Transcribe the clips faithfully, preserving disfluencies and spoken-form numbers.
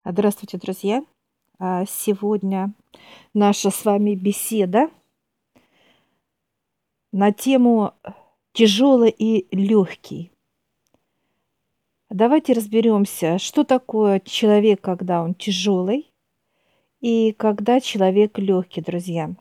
Здравствуйте, друзья! А, Сегодня наша с вами беседа на тему тяжелый и легкий. Давайте разберемся, что такое человек, когда он тяжелый, и когда человек легкий, друзья.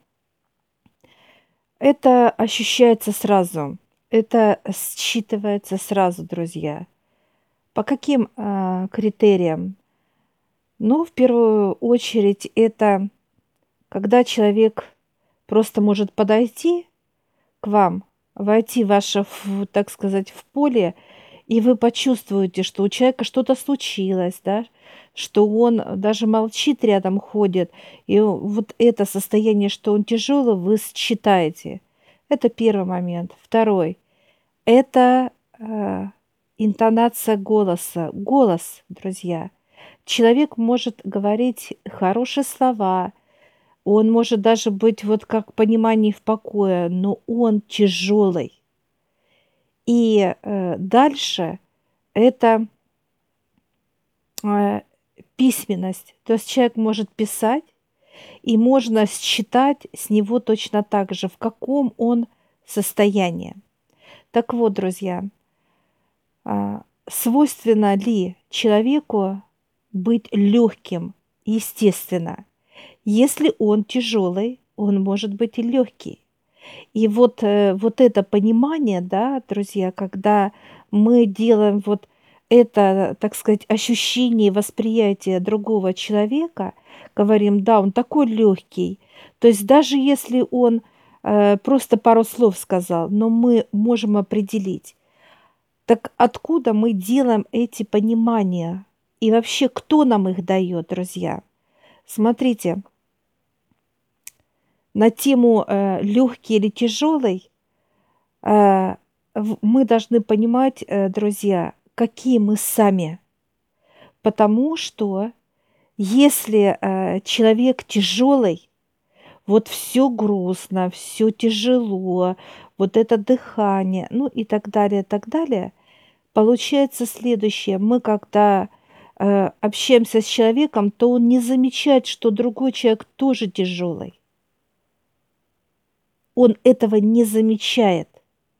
Это ощущается сразу, это считывается сразу, друзья. По каким а, критериям? Ну, в первую очередь, это когда человек просто может подойти к вам, войти в ваше, в, так сказать, в поле, и вы почувствуете, что у человека что-то случилось, да, что он даже молчит рядом, ходит, и о- вот это состояние, что он тяжелый, вы считаете. Это первый момент. Второй– это э, интонация голоса. Голос, друзья. Человек может говорить хорошие слова, он может даже быть вот как понимание в покое, но он тяжелый. И э, дальше это э, письменность. То есть человек может писать, и можно считать с него точно так же, в каком он состоянии. Так вот, друзья, а, свойственно ли человеку быть легким? Естественно. Если он тяжелый, он может быть и легкий. И вот, э, вот это понимание, да, друзья, когда мы делаем вот это, так сказать, ощущение, восприятие другого человека, говорим, да, он такой легкий. То есть даже если он э, просто пару слов сказал, но мы можем определить, так откуда мы делаем эти понимания? И вообще, кто нам их дает, друзья? Смотрите, на тему э, легкий или тяжелый, э, в- мы должны понимать, э, друзья, какие мы сами. Потому что если э, человек тяжелый, вот все грустно, все тяжело, вот это дыхание, ну и так далее, так далее, получается следующее. Мы когда э, общаемся с человеком, то он не замечает, что другой человек тоже тяжелый. Он этого не замечает.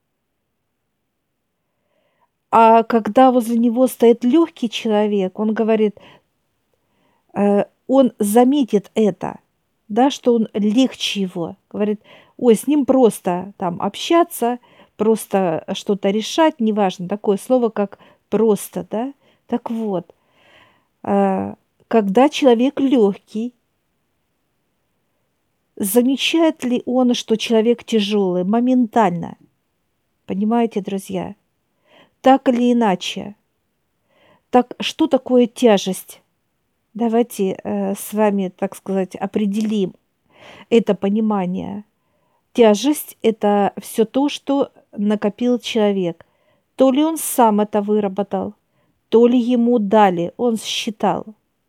А когда возле него стоит легкий человек, он говорит, э, он заметит это, да, что он легче его. Говорит, ой, с ним просто там общаться, просто что-то решать, неважно, такое слово, как просто, да. Так вот, э, когда человек легкий, замечает ли он, что человек тяжелый моментально? Понимаете, друзья? Так или иначе. Так что такое тяжесть? Давайте э, с вами, так сказать, определим это понимание. Тяжесть– это все то, что накопил человек. То ли он сам это выработал, то ли ему дали, он считал.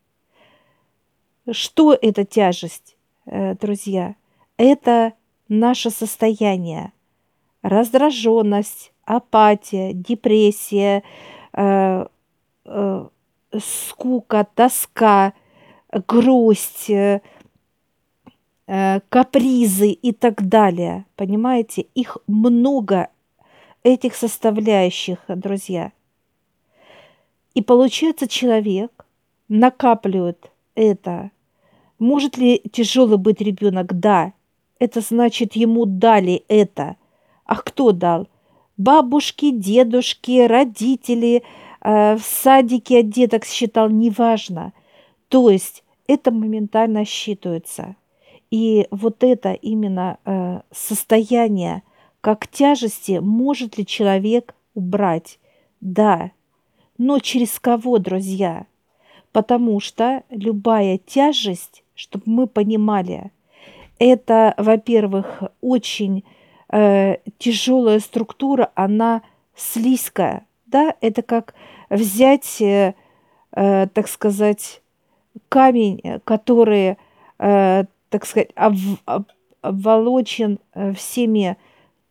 Что это тяжесть, э, друзья? Это наше состояние. Раздраженность, апатия, депрессия, э, э, скука, тоска, грусть, э, э, капризы и так далее. Понимаете, их много, этих составляющих, друзья. И получается, человек накапливает это. Может ли тяжелый быть ребенок? Да. Это значит, ему дали это. А кто дал? Бабушки, дедушки, родители, э, в садике от деток считал, неважно. То есть это моментально считывается. И вот это именно э, состояние как тяжести может ли человек убрать? Да. Но через кого, друзья? Потому что любая тяжесть, чтобы мы понимали, это, во-первых, очень э, тяжелая структура, она слизкая. Да? Это как взять, э, э, так сказать, камень, э, который, э, так сказать, об- об- обволочен э, всеми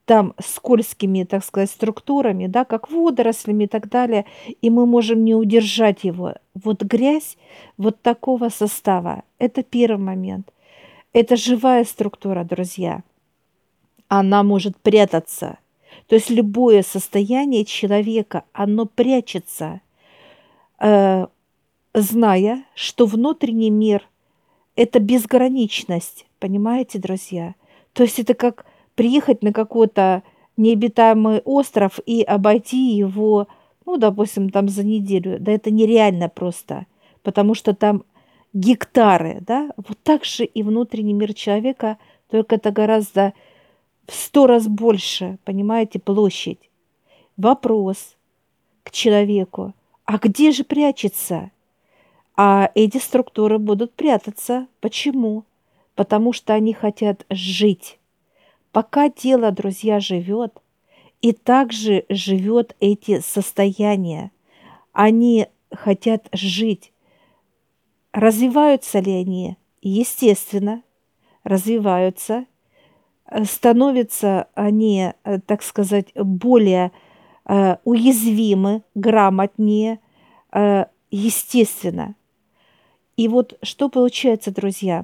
там скользкими, так сказать, структурами, да, как водорослями и так далее, и мы можем не удержать его. Вот грязь вот такого состава – это первый момент. Это живая структура, друзья. Она может прятаться. То есть любое состояние человека, оно прячется, э, зная, что внутренний мир – это безграничность, понимаете, друзья? То есть это как приехать на какой-то необитаемый остров и обойти его, ну, допустим, там за неделю. Да это нереально просто, потому что там гектары, да? Вот так же и внутренний мир человека, только это гораздо в сто раз больше, понимаете, площадь. Вопрос к человеку: а где же прячется? А эти структуры будут прятаться. Почему? Потому что они хотят жить. Пока тело, друзья, живет, и также живет эти состояния. Они хотят жить. Развиваются ли они? Естественно, развиваются. Становятся они, э, так сказать, более э, уязвимы, грамотнее, э, естественно. И вот что получается, друзья?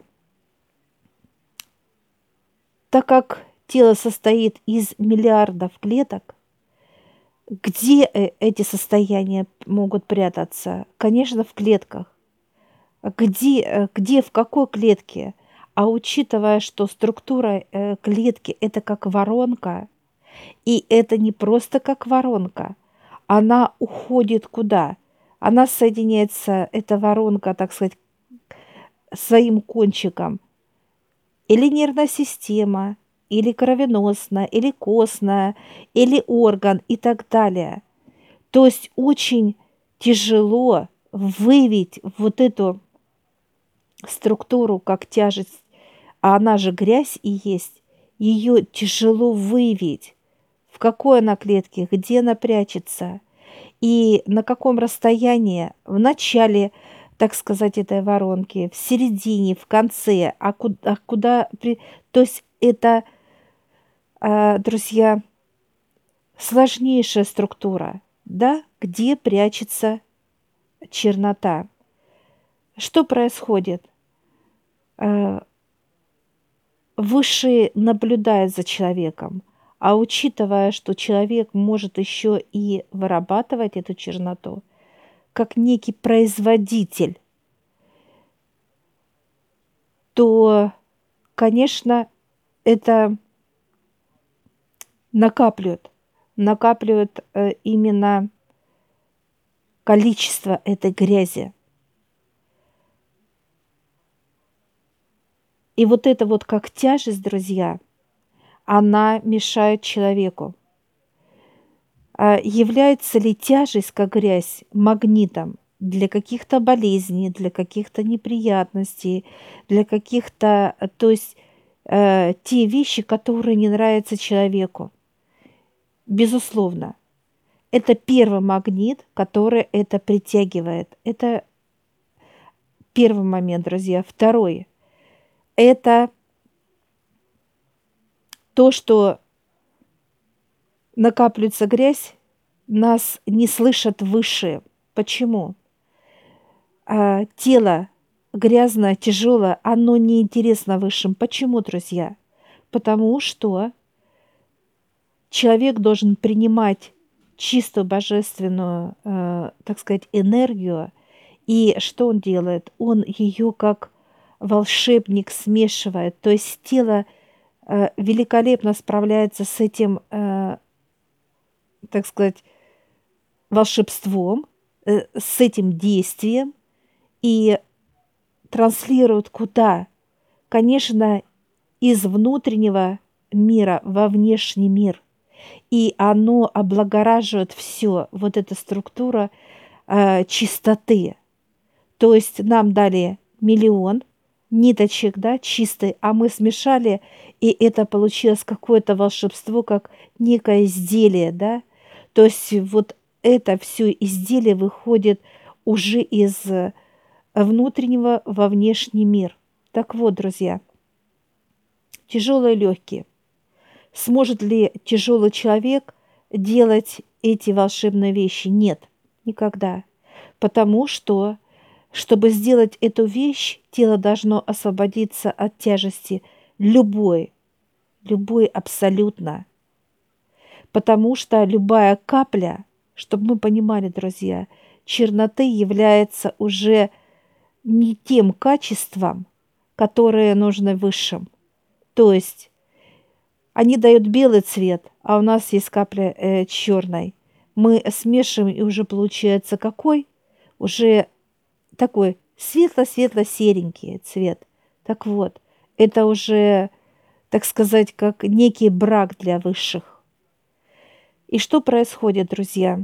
Так как тело состоит из миллиардов клеток, где э, эти состояния могут прятаться? Конечно, в клетках. Где, э, где, в какой клетке? А учитывая, что структура э, клетки – это как воронка, и это не просто как воронка, она уходит куда? Она соединяется, эта воронка, так сказать, своим кончиком, или нервная система, или кровеносная, или костная, или орган и так далее. То есть очень тяжело выявить вот эту структуру как тяжесть, а она же грязь и есть. Ее тяжело выявить, в какой она клетке, где она прячется и на каком расстоянии, в начале, так сказать, этой воронки, в середине, в конце, а куда, а куда при... То есть это, а, друзья, сложнейшая структура, да, где прячется чернота. Что происходит? А, Высшие наблюдают за человеком, а учитывая, что человек может еще и вырабатывать эту черноту, как некий производитель, то, конечно, это накапливает, накапливает э, именно количество этой грязи. И вот это вот как тяжесть, друзья, она мешает человеку. А является ли тяжесть, как грязь, магнитом для каких-то болезней, для каких-то неприятностей, для каких-то, э, то есть э, те вещи, которые не нравятся человеку? Безусловно. Это первый магнит, который это притягивает. Это первый момент, друзья. Второй – это то, что накапливается грязь, нас не слышат выше. Почему? А, тело грязное, тяжелое, оно неинтересно высшим. Почему, друзья? Потому что человек должен принимать чистую божественную, э, так сказать, энергию. И что он делает? Он ее как волшебник смешивает. То есть тело э, великолепно справляется с этим, э, так сказать, волшебством, э, с этим действием и транслирует куда? Конечно, из внутреннего мира во внешний мир. И оно облагораживает все, вот эта структура э, чистоты. То есть нам дали миллион ниточек, да, чистой, а мы смешали, и это получилось какое-то волшебство, как некое изделие, да. То есть вот это все изделие выходит уже из внутреннего во внешний мир. Так вот, друзья, тяжелые и легкие. Сможет ли тяжелый человек делать эти волшебные вещи? Нет, никогда. Потому что, чтобы сделать эту вещь, тело должно освободиться от тяжести любой, любой абсолютно. Потому что любая капля, чтобы мы понимали, друзья, черноты является уже не тем качеством, которое нужно высшим. То есть они дают белый цвет, а у нас есть капля э, черной. Мы смешиваем, и уже получается какой? Уже такой светло-светло-серенький цвет. Так вот, это уже, так сказать, как некий брак для высших. И что происходит, друзья?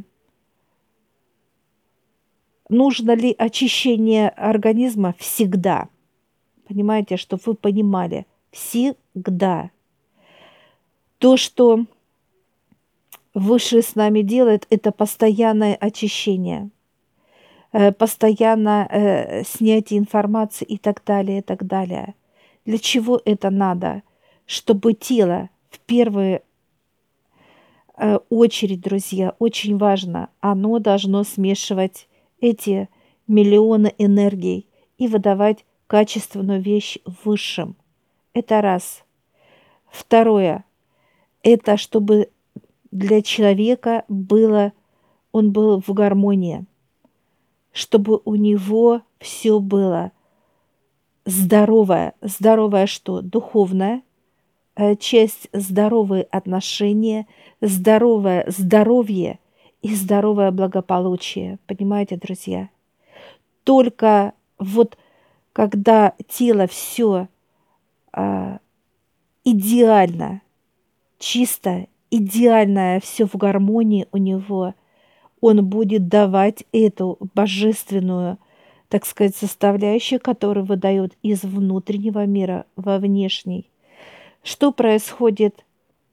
Нужно ли очищение организма? Всегда. Понимаете, чтобы вы понимали. Всегда. То, что Высшее с нами делает, это постоянное очищение, э, постоянно э, снятие информации и так далее, и так далее. Для чего это надо? Чтобы тело в первую э, очередь, друзья, очень важно, оно должно смешивать эти миллионы энергий и выдавать качественную вещь высшим. Это раз. Второе. Это чтобы для человека было, он был в гармонии, чтобы у него все было здоровое. Здоровое что? Духовное, э, часть здоровые отношения, здоровое здоровье и здоровое благополучие. Понимаете, друзья? Только вот когда тело все э, идеально, чисто, идеальное, все в гармонии у него, он будет давать эту божественную, так сказать, составляющую, которую выдает из внутреннего мира во внешний. Что происходит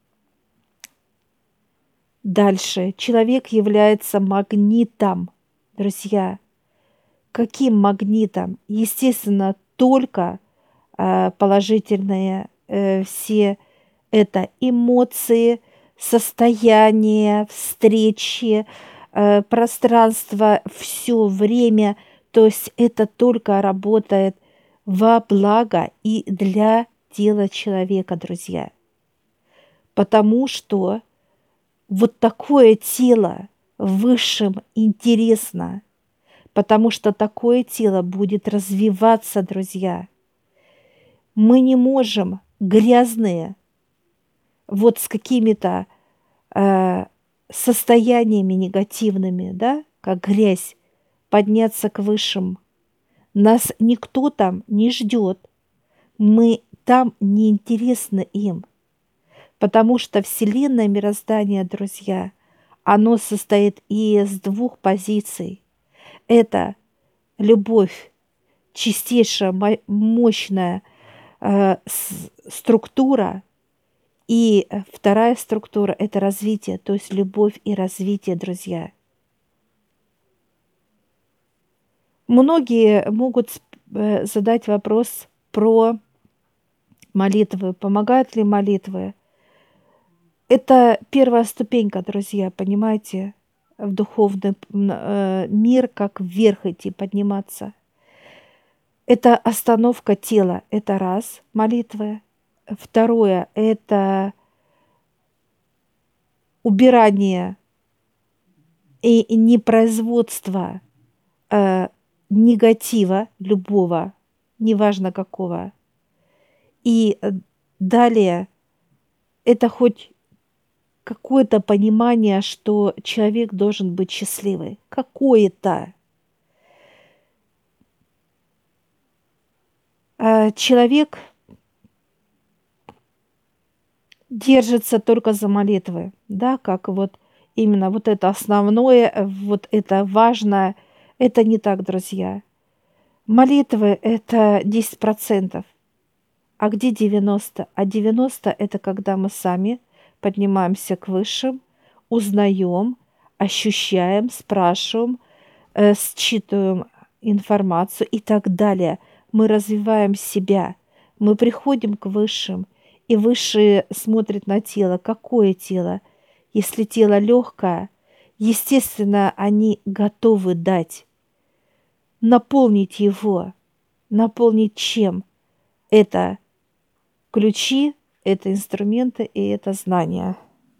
дальше? Человек является магнитом, друзья. Каким магнитом? Естественно, только э, положительные э, все это эмоции, состояние, встречи, э, пространство, все время. То есть это только работает во благо и для тела человека, друзья. Потому что вот такое тело высшим интересно, потому что такое тело будет развиваться, друзья. Мы не можем грязные, вот с какими-то э, состояниями негативными, да, как грязь, подняться к высшим. Нас никто там не ждет. Мы там не интересны им. Потому что Вселенная, мироздание, друзья, оно состоит из двух позиций. Это любовь, чистейшая, мощная э, структура. И вторая структура – это развитие, то есть любовь и развитие, друзья. Многие могут задать вопрос про молитвы. Помогают ли молитвы? Это первая ступенька, друзья, понимаете, в духовный мир, как вверх идти, подниматься. Это остановка тела, это раз, молитвы. Второе – это убирание и непроизводство э, негатива любого, неважно какого. И далее это хоть какое-то понимание, что человек должен быть счастливый. Какое-то. Э, человек держится только за молитвы, да, как вот именно вот это основное, вот это важное. Это не так, друзья. Молитвы – это десять процентов. А где девяносто? А девяносто – это когда мы сами поднимаемся к высшим, узнаем, ощущаем, спрашиваем, э, считываем информацию и так далее. Мы развиваем себя, мы приходим к высшим, И высшие смотрят на тело. Какое тело? Если тело легкое, естественно, они готовы дать, наполнить его. Наполнить чем? Это ключи, это инструменты и это знания.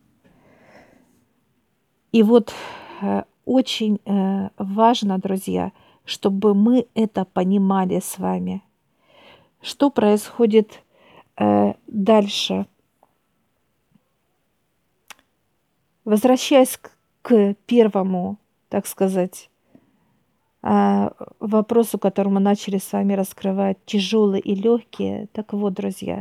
И вот э, очень э, важно, друзья, чтобы мы это понимали с вами. Что происходит э, дальше? Возвращаясь к, к первому, так сказать, э, вопросу, который мы начали с вами раскрывать, тяжелые и легкие. Так вот, друзья,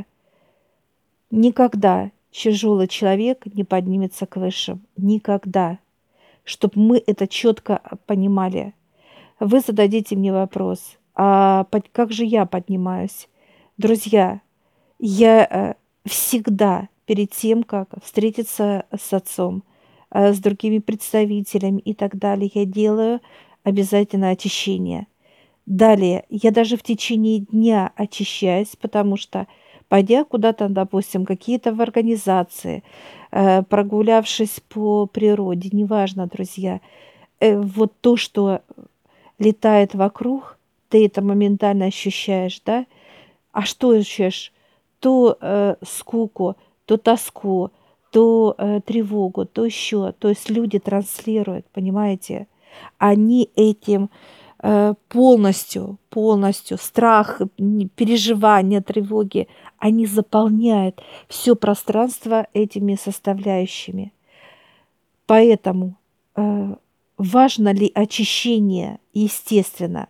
никогда тяжелый человек не поднимется к высшим. Никогда. Чтобы мы это четко понимали. Вы зададите мне вопрос, а под- как же я поднимаюсь? Друзья, я э, всегда перед тем, как встретиться с отцом, э, с другими представителями и так далее, я делаю обязательно очищение. Далее, я даже в течение дня очищаюсь, потому что, пойдя куда-то, допустим, какие-то в организации, э, прогулявшись по природе, неважно, друзья, э, вот то, что летает вокруг, ты это моментально ощущаешь, да? А что ощущаешь? То э, скуку, то тоску, то э, тревогу, то еще. То есть люди транслируют, понимаете? Они этим э, полностью, полностью страх, м, переживания, тревоги, они заполняют все пространство этими составляющими. Поэтому э, важно ли очищение, естественно,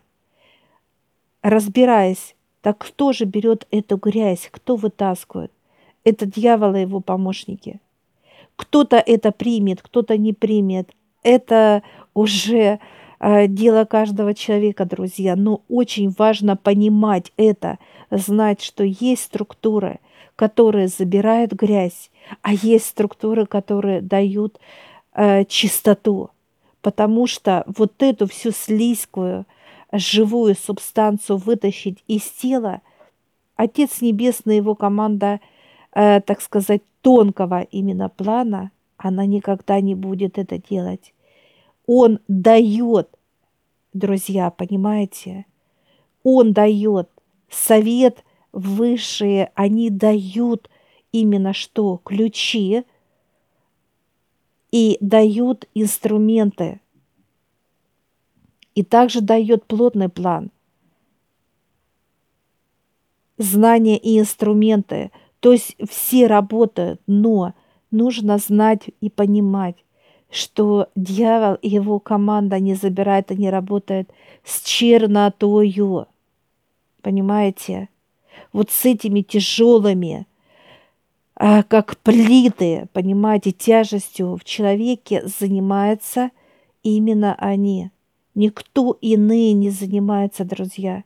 разбираясь, так кто же берет эту грязь, кто вытаскивает? Это дьявол и его помощники. Кто-то это примет, кто-то не примет. Это уже э, дело каждого человека, друзья. Но очень важно понимать это, знать, что есть структуры, которые забирают грязь, а есть структуры, которые дают э, чистоту. Потому что вот эту всю слизкую, живую субстанцию вытащить из тела, Отец Небесный, его команда, э, так сказать, тонкого именно плана, она никогда не будет это делать. Он дает, друзья, понимаете? Он дает совет высшие, они дают именно что? Ключи и дают инструменты. И также дает плотный план, знания и инструменты. То есть все работают, но нужно знать и понимать, что дьявол и его команда не забирает и не работает с чернотою. Понимаете? Вот с этими тяжелыми, а, как плиты, понимаете, тяжестью в человеке занимаются именно они. Никто иные не занимается, друзья.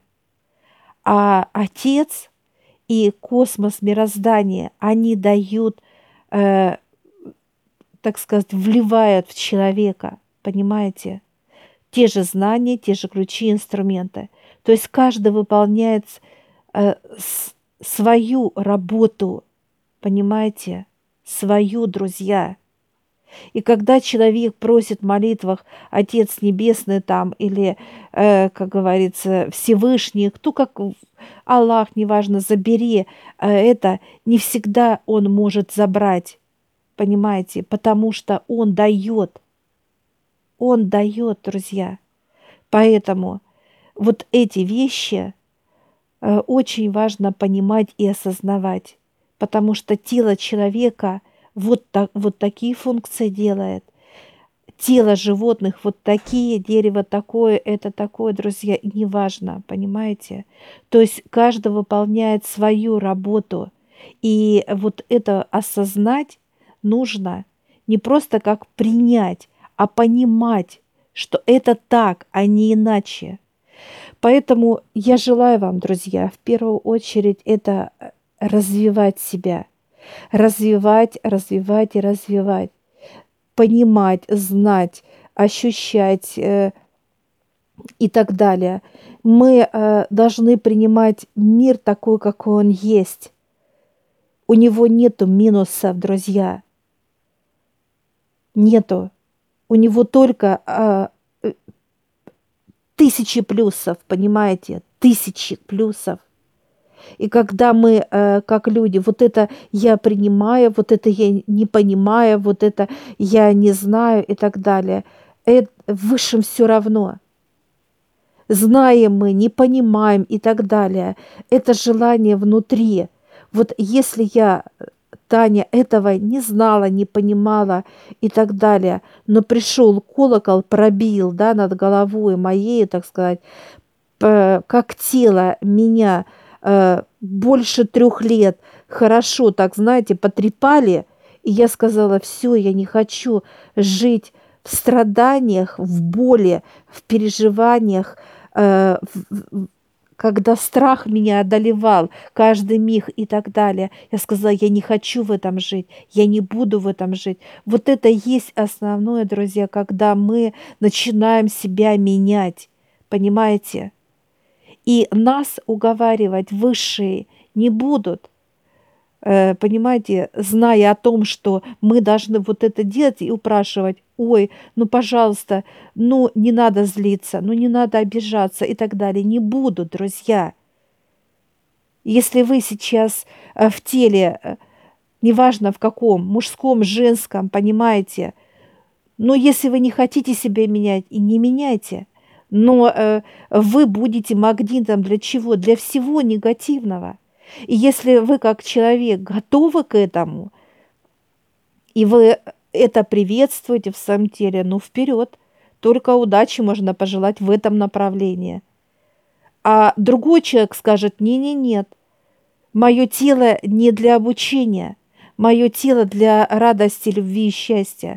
А Отец и космос, мироздание, они дают, э, так сказать, вливают в человека, понимаете? Те же знания, те же ключи, инструменты. То есть каждый выполняет э, с- свою работу, понимаете? Свою, друзья. И когда человек просит в молитвах Отец Небесный там или, э, как говорится, Всевышний, кто как в- Аллах, неважно, забери э, это, не всегда он может забрать, понимаете, потому что он дает, он дает, друзья. Поэтому вот эти вещи э, очень важно понимать и осознавать, потому что тело человека вот, так, вот такие функции делает. Тело животных вот такие, дерево такое, это такое, друзья, и неважно, понимаете? То есть каждый выполняет свою работу. И вот это осознать нужно не просто как принять, а понимать, что это так, а не иначе. Поэтому я желаю вам, друзья, в первую очередь это э, развивать себя. Развивать, развивать и развивать, понимать, знать, ощущать э, и так далее. Мы э, должны принимать мир такой, какой он есть. У него нету минусов, друзья. Нету. У него только а, э, тысячи плюсов, понимаете? Тысячи плюсов. И когда мы, э, как люди, вот это я принимаю, вот это я не понимаю, вот это я не знаю и так далее, это высшим все равно. Знаем мы, не понимаем и так далее. Это желание внутри. Вот если я, Таня, этого не знала, не понимала и так далее, но пришел колокол, пробил, да, над головой моей, так сказать, как тело меня э, больше трех лет хорошо, так знаете, потрепали, и я сказала, все, я не хочу жить в страданиях, в боли, в переживаниях, э, в, когда страх меня одолевал каждый миг и так далее. Я сказала, я не хочу в этом жить, я не буду в этом жить. Вот это и есть основное, друзья, когда мы начинаем себя менять, понимаете? И нас уговаривать высшие не будут, э, понимаете, зная о том, что мы должны вот это делать и упрашивать, ой, ну, пожалуйста, ну, не надо злиться, ну, не надо обижаться и так далее. Не будут, друзья. Если вы сейчас э, в теле, э, неважно в каком, мужском, женском, понимаете, но если вы не хотите себя менять, и не меняйте. Но э, вы будете магнитом для чего? Для всего негативного. И если вы как человек готовы к этому, и вы это приветствуете в своем теле, ну вперед, только удачи можно пожелать в этом направлении. А другой человек скажет, не-не-нет, мое тело не для обучения, мое тело для радости, любви и счастья.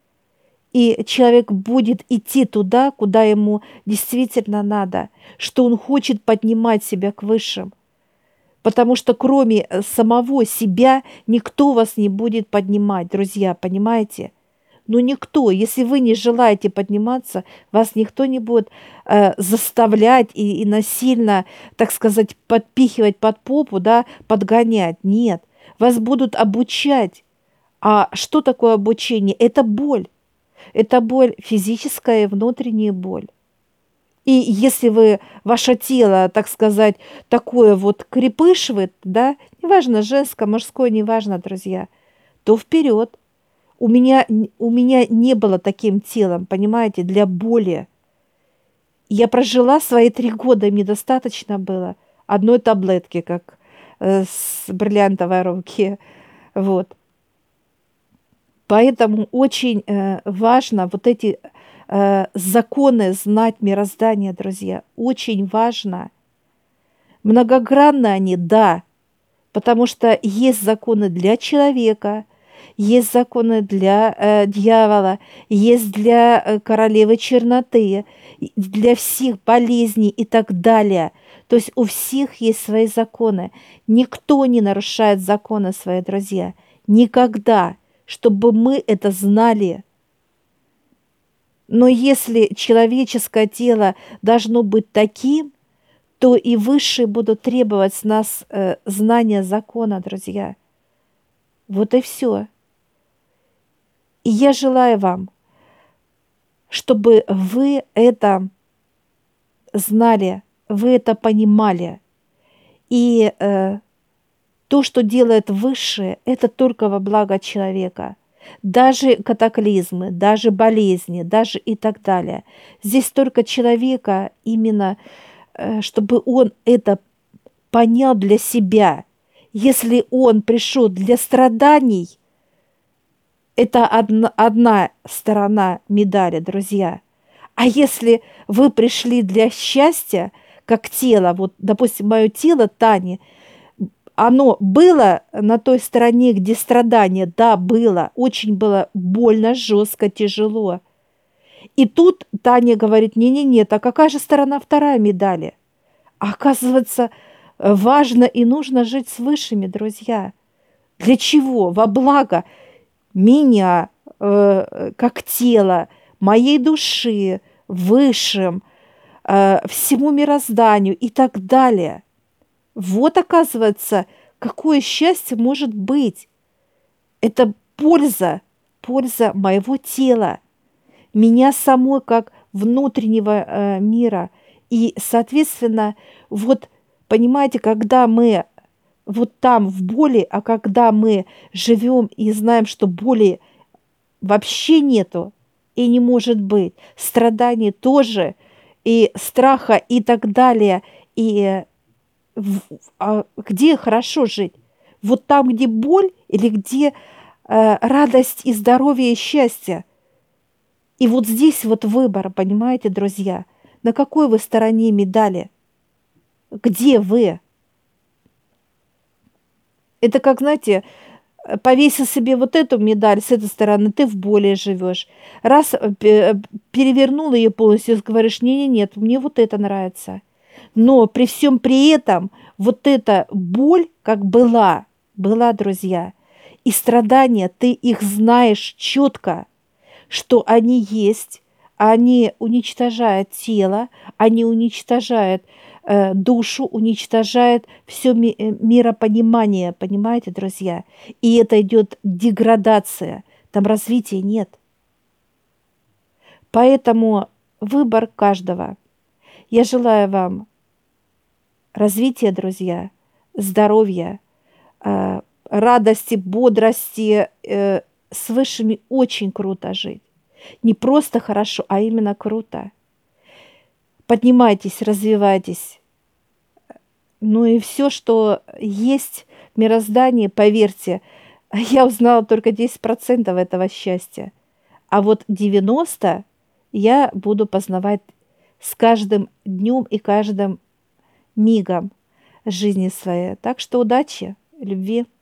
И человек будет идти туда, куда ему действительно надо, что он хочет поднимать себя к высшим. Потому что кроме самого себя никто вас не будет поднимать, друзья, понимаете? Ну никто. Если вы не желаете подниматься, вас никто не будет э, заставлять и, и насильно, так сказать, подпихивать под попу, да, подгонять. Нет. Вас будут обучать. А что такое обучение? Это боль. Это боль физическая и внутренняя боль. И если вы, ваше тело, так сказать, такое вот крепышивает, да, неважно, женское, мужское, неважно, друзья, то вперед. У меня, у меня не было таким телом, понимаете, для боли. Я прожила свои три года, и мне достаточно было одной таблетки, как э, с бриллиантовой руки. Вот. Поэтому очень э, важно вот эти э, законы знать мироздания, друзья. Очень важно. Многогранны они, да, потому что есть законы для человека, есть законы для э, дьявола, есть для э, королевы черноты, для всех болезней и так далее. То есть у всех есть свои законы. Никто не нарушает законы свои, друзья. Никогда. Чтобы мы это знали. Но если человеческое тело должно быть таким, то и высшие будут требовать с нас э, знания закона, друзья. Вот и все. И я желаю вам, чтобы вы это знали, вы это понимали. И э, то, что делает высшее, это только во благо человека. Даже катаклизмы, даже болезни, даже и так далее. Здесь только человека именно, чтобы он это понял для себя. Если он пришел для страданий, это одна, одна сторона медали, друзья. А если вы пришли для счастья, как тело, вот, допустим, мое тело Тани, оно было на той стороне, где страдание, да, было, очень было больно, жестко, тяжело. И тут Таня говорит, не-не-не, а какая же сторона вторая медали? А оказывается, важно и нужно жить с высшими, друзья. Для чего? Во благо меня, э, как тела, моей души, высшим, э, всему мирозданию и так далее. Вот, оказывается, Какое счастье может быть? Это польза, польза моего тела, меня самой как внутреннего э, мира. И, соответственно, вот понимаете, когда мы вот там в боли, а когда мы живем и знаем, что боли вообще нету и не может быть, страданий тоже, и страха и так далее, и в- а где хорошо жить? Вот там, где боль или где э, радость и здоровье и счастье? И вот здесь вот выбор, понимаете, друзья, на какой вы стороне медали? Где вы? Это как, знаете, э, повесил себе вот эту медаль с этой стороны, ты в боли живешь. Раз э, пе- э, перевернул ее полностью, говоришь, не, не, нет, мне вот это нравится. Но при всем при этом вот эта боль как была, была, друзья, и страдания, ты их знаешь четко, что они есть, они уничтожают тело, они уничтожают э, душу, уничтожают все ми- э, миропонимание, понимаете, друзья? И это идет деградация, там развития нет. Поэтому выбор каждого. Я желаю вам развития, друзья, здоровья, э, радости, бодрости. Э, с высшими очень круто жить. Не просто хорошо, а именно круто. Поднимайтесь, развивайтесь. Ну и все, что есть в мироздании, поверьте, я узнала только десять процентов этого счастья. А вот девяносто я буду познавать с каждым днем и каждым мигом жизни своей. Так что удачи, любви.